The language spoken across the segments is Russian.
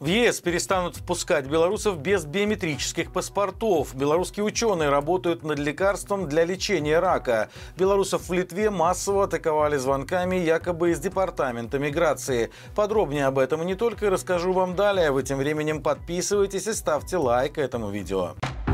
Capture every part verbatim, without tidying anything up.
В ЕС перестанут впускать белорусов без биометрических паспортов. Белорусские ученые работают над лекарством для лечения рака. Белорусов в Литве массово атаковали звонками якобы из департамента миграции. Подробнее об этом и не только расскажу вам далее. Вы тем временем подписывайтесь и ставьте лайк этому видео.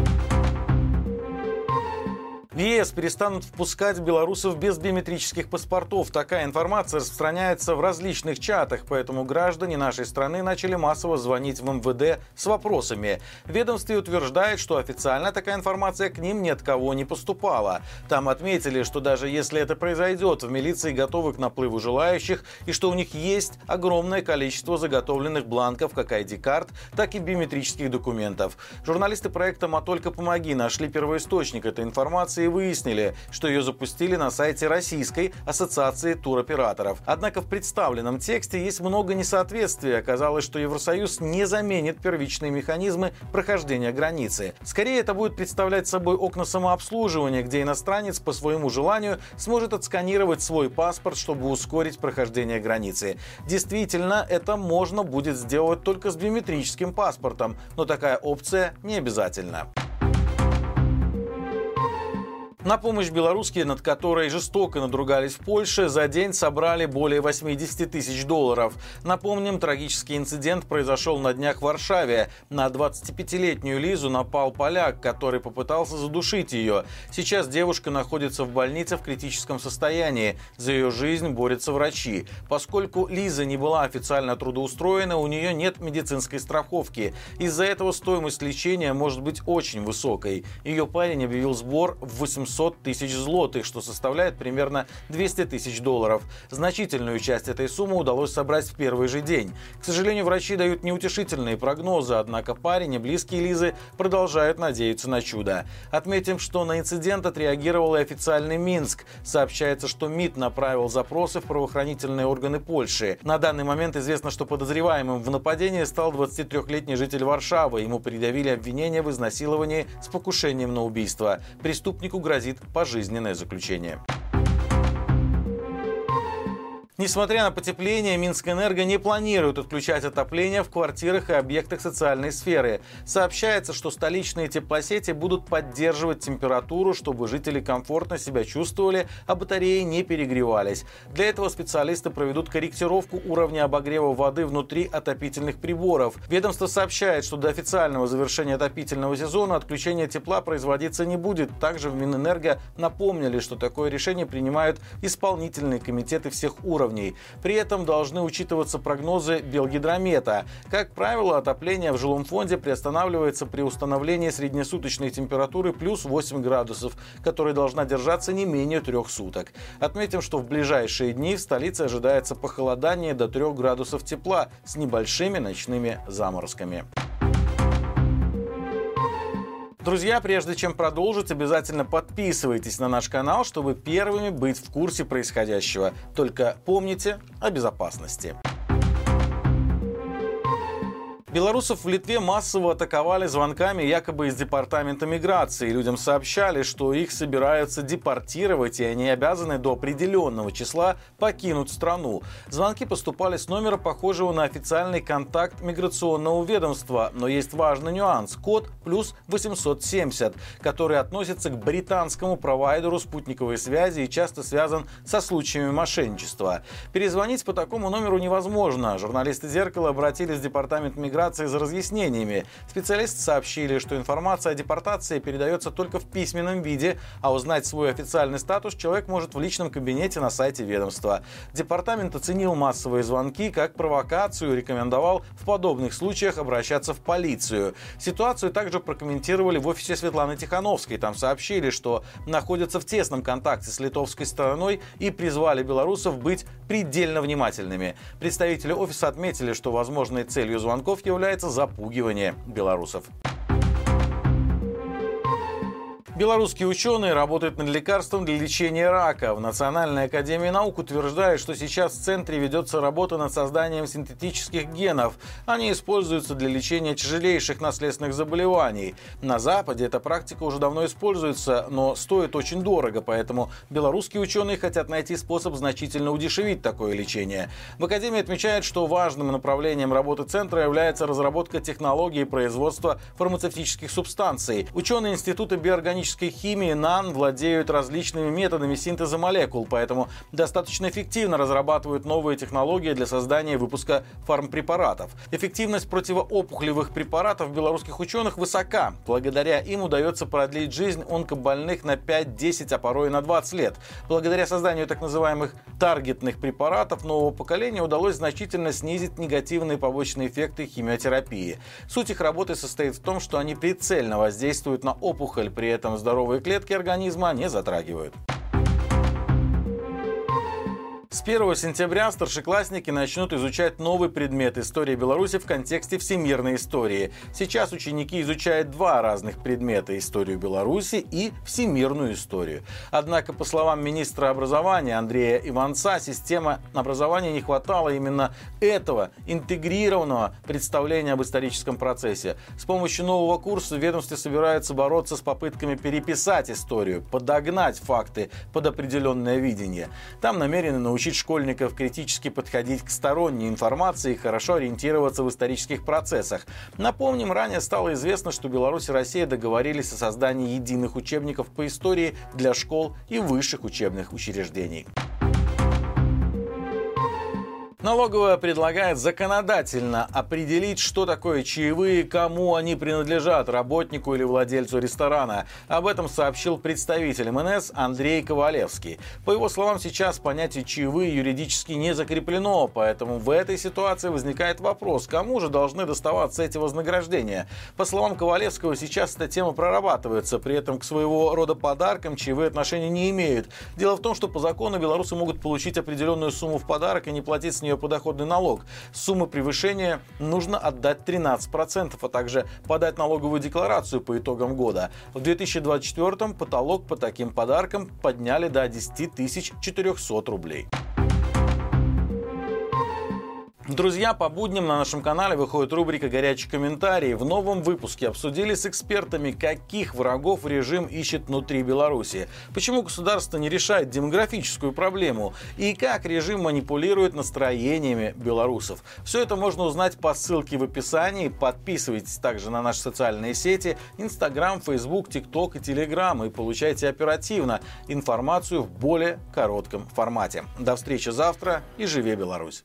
В ЕС перестанут впускать белорусов без биометрических паспортов. Такая информация распространяется в различных чатах, поэтому граждане нашей страны начали массово звонить в эм вэ дэ с вопросами. Ведомство утверждает, что официально такая информация к ним ни от кого не поступала. Там отметили, что даже если это произойдет, в милиции готовы к наплыву желающих и что у них есть огромное количество заготовленных бланков как ай ди-карт, так и биометрических документов. Журналисты проекта «Ма только помоги» нашли первоисточник этой информации и выяснили, что ее запустили на сайте Российской ассоциации туроператоров. Однако в представленном тексте есть много несоответствий. Оказалось, что Евросоюз не заменит первичные механизмы прохождения границы. Скорее, это будет представлять собой окна самообслуживания, где иностранец по своему желанию сможет отсканировать свой паспорт, чтобы ускорить прохождение границы. Действительно, это можно будет сделать только с биометрическим паспортом, но такая опция не обязательна. На помощь белорусские, над которой жестоко надругались в Польше, за день собрали более восьмидесяти тысяч долларов. Напомним, трагический инцидент произошел на днях в Варшаве. На двадцатипятилетнюю Лизу напал поляк, который попытался задушить ее. Сейчас девушка находится в больнице в критическом состоянии. За ее жизнь борются врачи. Поскольку Лиза не была официально трудоустроена, у нее нет медицинской страховки. Из-за этого стоимость лечения может быть очень высокой. Ее парень объявил сбор в восемьсот тысяч злотых, что составляет примерно двести тысяч долларов. Значительную часть этой суммы удалось собрать в первый же день. К сожалению, врачи дают неутешительные прогнозы, однако парень и близкие Лизы продолжают надеяться на чудо. Отметим, что на инцидент отреагировал и официальный Минск. Сообщается, что МИД направил запросы в правоохранительные органы Польши. На данный момент известно, что подозреваемым в нападении стал двадцатитрёхлетний житель Варшавы. Ему предъявили обвинение в изнасиловании с покушением на убийство. Преступнику грозит пожизненное заключение. Несмотря на потепление, Минскэнерго не планирует отключать отопление в квартирах и объектах социальной сферы. Сообщается, что столичные теплосети будут поддерживать температуру, чтобы жители комфортно себя чувствовали, а батареи не перегревались. Для этого специалисты проведут корректировку уровня обогрева воды внутри отопительных приборов. Ведомство сообщает, что до официального завершения отопительного сезона отключение тепла производиться не будет. Также в Минэнерго напомнили, что такое решение принимают исполнительные комитеты всех уровней. При этом должны учитываться прогнозы Белгидромета. Как правило, отопление в жилом фонде приостанавливается при установлении среднесуточной температуры плюс восемь градусов, которая должна держаться не менее трех суток. Отметим, что в ближайшие дни в столице ожидается похолодание до трёх градусов тепла с небольшими ночными заморозками. Друзья, прежде чем продолжить, обязательно подписывайтесь на наш канал, чтобы первыми быть в курсе происходящего. Только помните о безопасности. Белорусов в Литве массово атаковали звонками якобы из департамента миграции. Людям сообщали, что их собираются депортировать, и они обязаны до определенного числа покинуть страну. Звонки поступали с номера, похожего на официальный контакт миграционного ведомства. Но есть важный нюанс – код плюс восемьсот семьдесят, который относится к британскому провайдеру спутниковой связи и часто связан со случаями мошенничества. Перезвонить по такому номеру невозможно. Журналисты «Зеркала» обратились в департамент миграции за разъяснениями. Специалисты сообщили, что информация о депортации передается только в письменном виде, а узнать свой официальный статус человек может в личном кабинете на сайте ведомства. Департамент оценил массовые звонки как провокацию и рекомендовал в подобных случаях обращаться в полицию. Ситуацию также прокомментировали в офисе Светланы Тихановской. Там сообщили, что находятся в тесном контакте с литовской стороной и призвали белорусов быть предельно внимательными. Представители офиса отметили, что возможной целью звонков является запугивание белорусов. Белорусские ученые работают над лекарством для лечения рака. В Национальной академии наук утверждают, что сейчас в центре ведется работа над созданием синтетических генов. Они используются для лечения тяжелейших наследственных заболеваний. На Западе эта практика уже давно используется, но стоит очень дорого, поэтому белорусские ученые хотят найти способ значительно удешевить такое лечение. В академии отмечают, что важным направлением работы центра является разработка технологий производства фармацевтических субстанций. Ученые Института биорганической химии НАН владеют различными методами синтеза молекул, поэтому достаточно эффективно разрабатывают новые технологии для создания и выпуска фармпрепаратов. Эффективность противоопухолевых препаратов белорусских ученых высока. Благодаря им удается продлить жизнь онкобольных на пять-десять, а порой и на двадцать лет. Благодаря созданию так называемых таргетных препаратов нового поколения удалось значительно снизить негативные побочные эффекты химиотерапии. Суть их работы состоит в том, что они прицельно воздействуют на опухоль, при этом здоровые клетки организма не затрагивают. С первого сентября старшеклассники начнут изучать новый предмет «История Беларуси» в контексте всемирной истории. Сейчас ученики изучают два разных предмета – историю Беларуси и всемирную историю. Однако, по словам министра образования Андрея Иванца, система образования не хватало именно этого интегрированного представления об историческом процессе. С помощью нового курса в ведомстве собираются бороться с попытками переписать историю, подогнать факты под определенное видение. Там намерены научить школьников критически подходить к сторонней информации и хорошо ориентироваться в исторических процессах. Напомним, ранее стало известно, что Беларусь и Россия договорились о создании единых учебников по истории для школ и высших учебных учреждений. Налоговая предлагает законодательно определить, что такое чаевые, кому они принадлежат, работнику или владельцу ресторана. Об этом сообщил представитель эм эн эс Андрей Ковалевский. По его словам, сейчас понятие чаевые юридически не закреплено, поэтому в этой ситуации возникает вопрос, кому же должны доставаться эти вознаграждения. По словам Ковалевского, сейчас эта тема прорабатывается, при этом к своего рода подаркам чаевые отношения не имеют. Дело в том, что по закону белорусы могут получить определенную сумму в подарок и не платить с нее подоходный налог. С суммы превышения нужно отдать тринадцать процентов, а также подать налоговую декларацию по итогам года. В две тысячи двадцать четвёртом потолок по таким подаркам подняли до десяти тысяч четырёхсот рублей. Друзья, по будням на нашем канале выходит рубрика «Горячие комментарии». В новом выпуске обсудили с экспертами, каких врагов режим ищет внутри Беларуси, почему государство не решает демографическую проблему и как режим манипулирует настроениями белорусов. Все это можно узнать по ссылке в описании. Подписывайтесь также на наши социальные сети Инстаграм, Фейсбук, ТикТок и Телеграм и получайте оперативно информацию в более коротком формате. До встречи завтра и живи Беларусь!